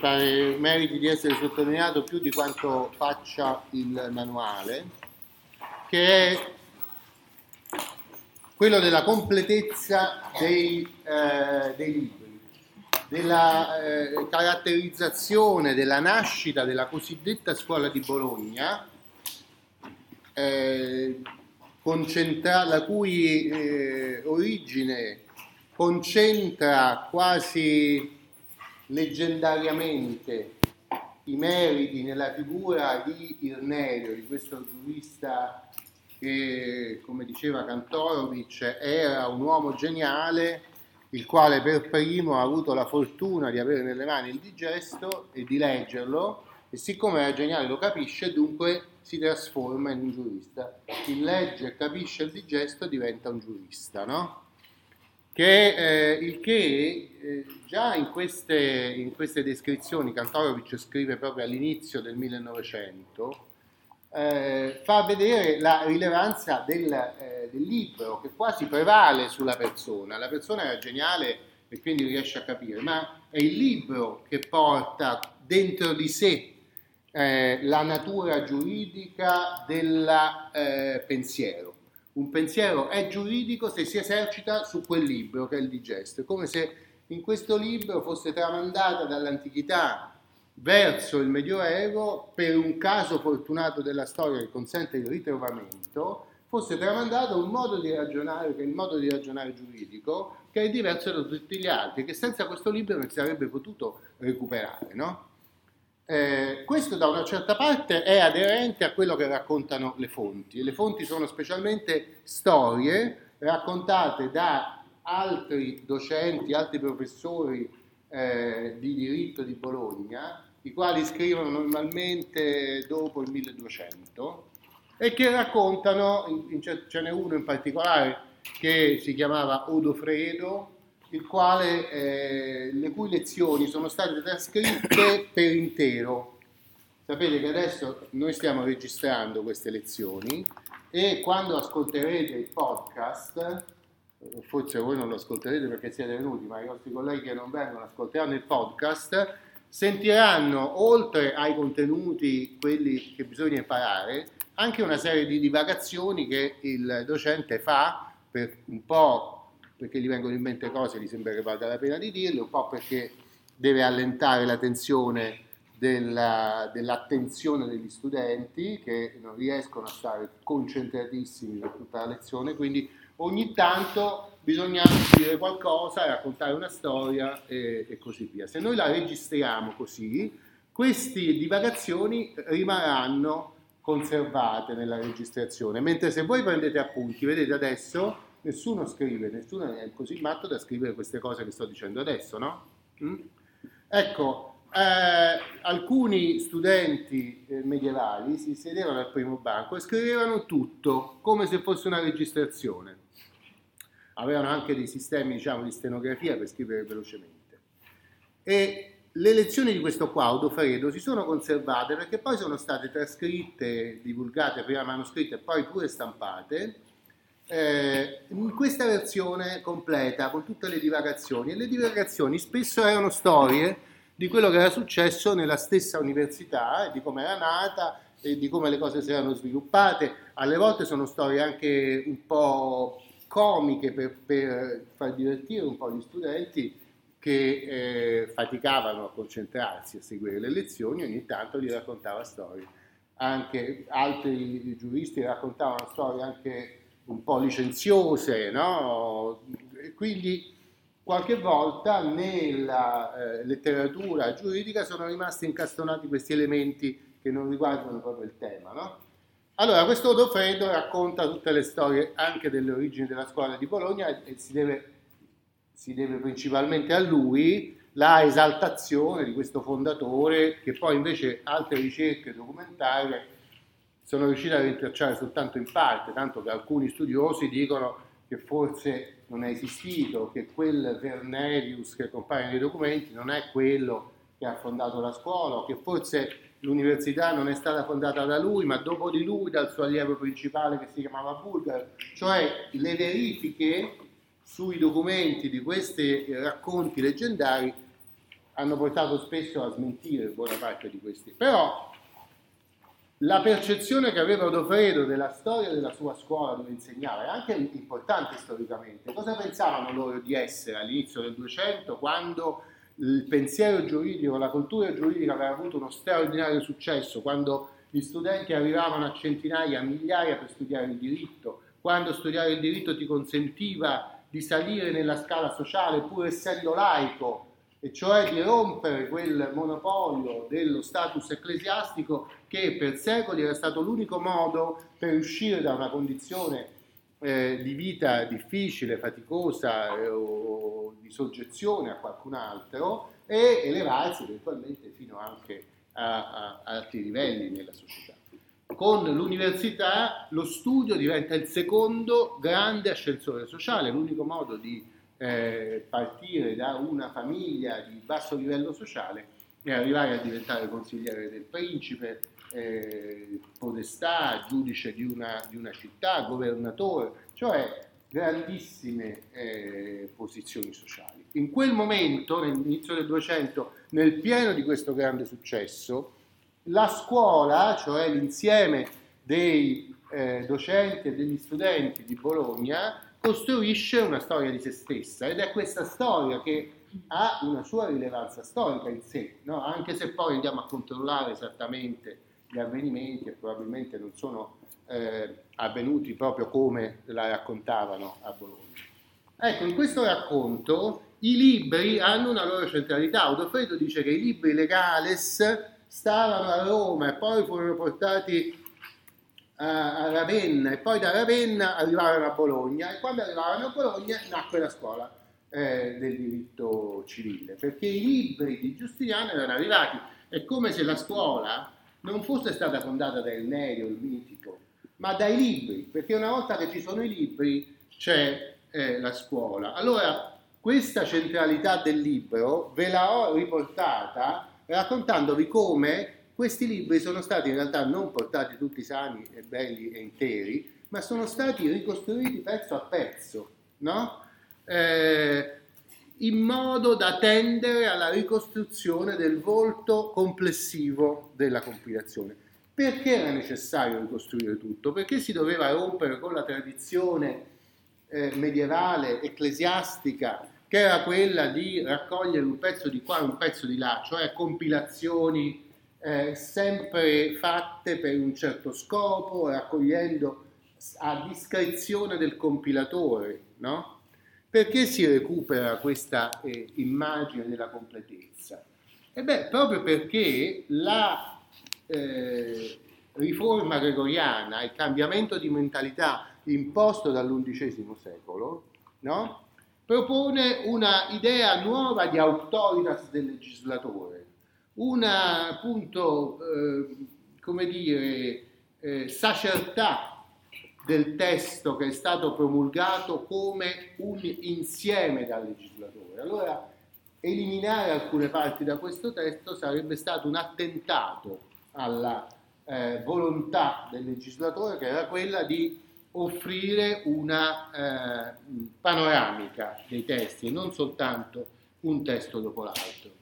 pare meriti di essere sottolineato più di quanto faccia il manuale, che è quello della completezza dei libri, della caratterizzazione della nascita della cosiddetta scuola di Bologna, la cui origine concentra quasi leggendariamente i meriti nella figura di Irnerio, di questo giurista che, come diceva Kantorowicz, era un uomo geniale, il quale per primo ha avuto la fortuna di avere nelle mani il digesto e di leggerlo, e siccome era geniale lo capisce, dunque si trasforma in un giurista. Chi legge e capisce il digesto diventa un giurista, no? Già in queste descrizioni Kantorowicz scrive proprio all'inizio del 1900, fa vedere la rilevanza del libro, che quasi prevale sulla persona. La persona era geniale e quindi riesce a capire, ma è il libro che porta dentro di sé la natura giuridica del pensiero. Un pensiero è giuridico se si esercita su quel libro che è il digesto. È come se in questo libro fosse tramandata dall'antichità verso il Medioevo, per un caso fortunato della storia che consente il ritrovamento, fosse tramandato un modo di ragionare, che è il modo di ragionare giuridico, che è diverso da tutti gli altri, che senza questo libro non si sarebbe potuto recuperare, no? Questo da una certa parte è aderente a quello che raccontano le fonti, e le fonti sono specialmente storie raccontate da altri docenti, altri professori di diritto di Bologna, i quali scrivono normalmente dopo il 1200 e che raccontano, ce n'è uno in particolare che si chiamava Odofredo, le cui lezioni sono state trascritte per intero. Sapete che adesso noi stiamo registrando queste lezioni e quando ascolterete il podcast, forse voi non lo ascolterete perché siete venuti, ma i vostri colleghi che non vengono ascolteranno il podcast, sentiranno, oltre ai contenuti, quelli che bisogna imparare, anche una serie di divagazioni che il docente fa per un po' perché gli vengono in mente cose, gli sembra che valga la pena di dirle, un po' perché deve allentare la tensione dell'attenzione degli studenti che non riescono a stare concentratissimi per tutta la lezione, quindi ogni tanto bisogna dire qualcosa, raccontare una storia e così via. Se noi la registriamo così, queste divagazioni rimarranno conservate nella registrazione, mentre se voi prendete appunti, vedete adesso nessuno scrive, nessuno è così matto da scrivere queste cose che sto dicendo adesso, no? Ecco, alcuni studenti medievali si sedevano al primo banco e scrivevano tutto come se fosse una registrazione. Avevano anche dei sistemi, diciamo, di stenografia per scrivere velocemente. E le lezioni di questo qua, Odofredo, si sono conservate perché poi sono state trascritte, divulgate prima manoscritte e poi pure stampate, in questa versione completa con tutte le divagazioni, e le divagazioni spesso erano storie di quello che era successo nella stessa università e di come era nata e di come le cose si erano sviluppate. Alle volte sono storie anche un po' comiche per far divertire un po' gli studenti che faticavano a concentrarsi a seguire le lezioni. Ogni tanto gli raccontava storie. Anche altri giuristi raccontavano storie anche un po' licenziose, no? E quindi qualche volta nella letteratura giuridica sono rimasti incastonati questi elementi che non riguardano proprio il tema, no? Allora, questo Odofredo racconta tutte le storie anche delle origini della scuola di Bologna e si deve principalmente a lui la esaltazione di questo fondatore, che poi invece altre ricerche documentarie sono riusciti a rintracciare soltanto in parte, tanto che alcuni studiosi dicono che forse non è esistito, che quel Vernerius che compare nei documenti non è quello che ha fondato la scuola, o che forse l'università non è stata fondata da lui, ma dopo di lui dal suo allievo principale che si chiamava Bulgar. Cioè le verifiche sui documenti di questi racconti leggendari hanno portato spesso a smentire buona parte di questi. Però la percezione che aveva Odofredo della storia della sua scuola dove insegnava è anche importante storicamente. Cosa pensavano loro di essere all'inizio del 200, quando il pensiero giuridico, la cultura giuridica aveva avuto uno straordinario successo, quando gli studenti arrivavano a centinaia, a migliaia per studiare il diritto, quando studiare il diritto ti consentiva di salire nella scala sociale pur essendo laico, e cioè di rompere quel monopolio dello status ecclesiastico che per secoli era stato l'unico modo per uscire da una condizione di vita difficile, faticosa o di soggezione a qualcun altro e elevarsi eventualmente fino anche a alti livelli nella società. Con l'università lo studio diventa il secondo grande ascensore sociale, l'unico modo di partire da una famiglia di basso livello sociale e arrivare a diventare consigliere del principe, podestà, giudice di una città, governatore, cioè grandissime posizioni sociali. In quel momento, nell'inizio del 200, nel pieno di questo grande successo, la scuola, cioè l'insieme dei docenti e degli studenti di Bologna, costruisce una storia di se stessa ed è questa storia che ha una sua rilevanza storica in sé, no? Anche se poi andiamo a controllare esattamente gli avvenimenti e probabilmente non sono avvenuti proprio come la raccontavano a Bologna. Ecco, in questo racconto i libri hanno una loro centralità. Odofredo dice che i libri legales stavano a Roma e poi furono portati a Ravenna e poi da Ravenna arrivarono a Bologna e quando arrivarono a Bologna nacque la scuola del diritto civile, perché i libri di Giustiniano erano arrivati. È come se la scuola non fosse stata fondata da Elnerio, il mitico, ma dai libri, perché una volta che ci sono i libri c'è la scuola. Allora questa centralità del libro ve la ho riportata raccontandovi come questi libri sono stati in realtà non portati tutti sani e belli e interi, ma sono stati ricostruiti pezzo a pezzo, no? In modo da tendere alla ricostruzione del volto complessivo della compilazione. Perché era necessario ricostruire tutto? Perché si doveva rompere con la tradizione medievale, ecclesiastica, che era quella di raccogliere un pezzo di qua e un pezzo di là, cioè compilazioni sempre fatte per un certo scopo, raccogliendo a discrezione del compilatore, no? Perché si recupera questa immagine della completezza? E beh, proprio perché la riforma gregoriana, il cambiamento di mentalità imposto dall'undicesimo secolo, no? Propone una idea nuova di autoritas del legislatore, una appunto, come dire, sacertà del testo che è stato promulgato come un insieme dal legislatore. Allora, eliminare alcune parti da questo testo sarebbe stato un attentato alla volontà del legislatore, che era quella di offrire una panoramica dei testi e non soltanto un testo dopo l'altro.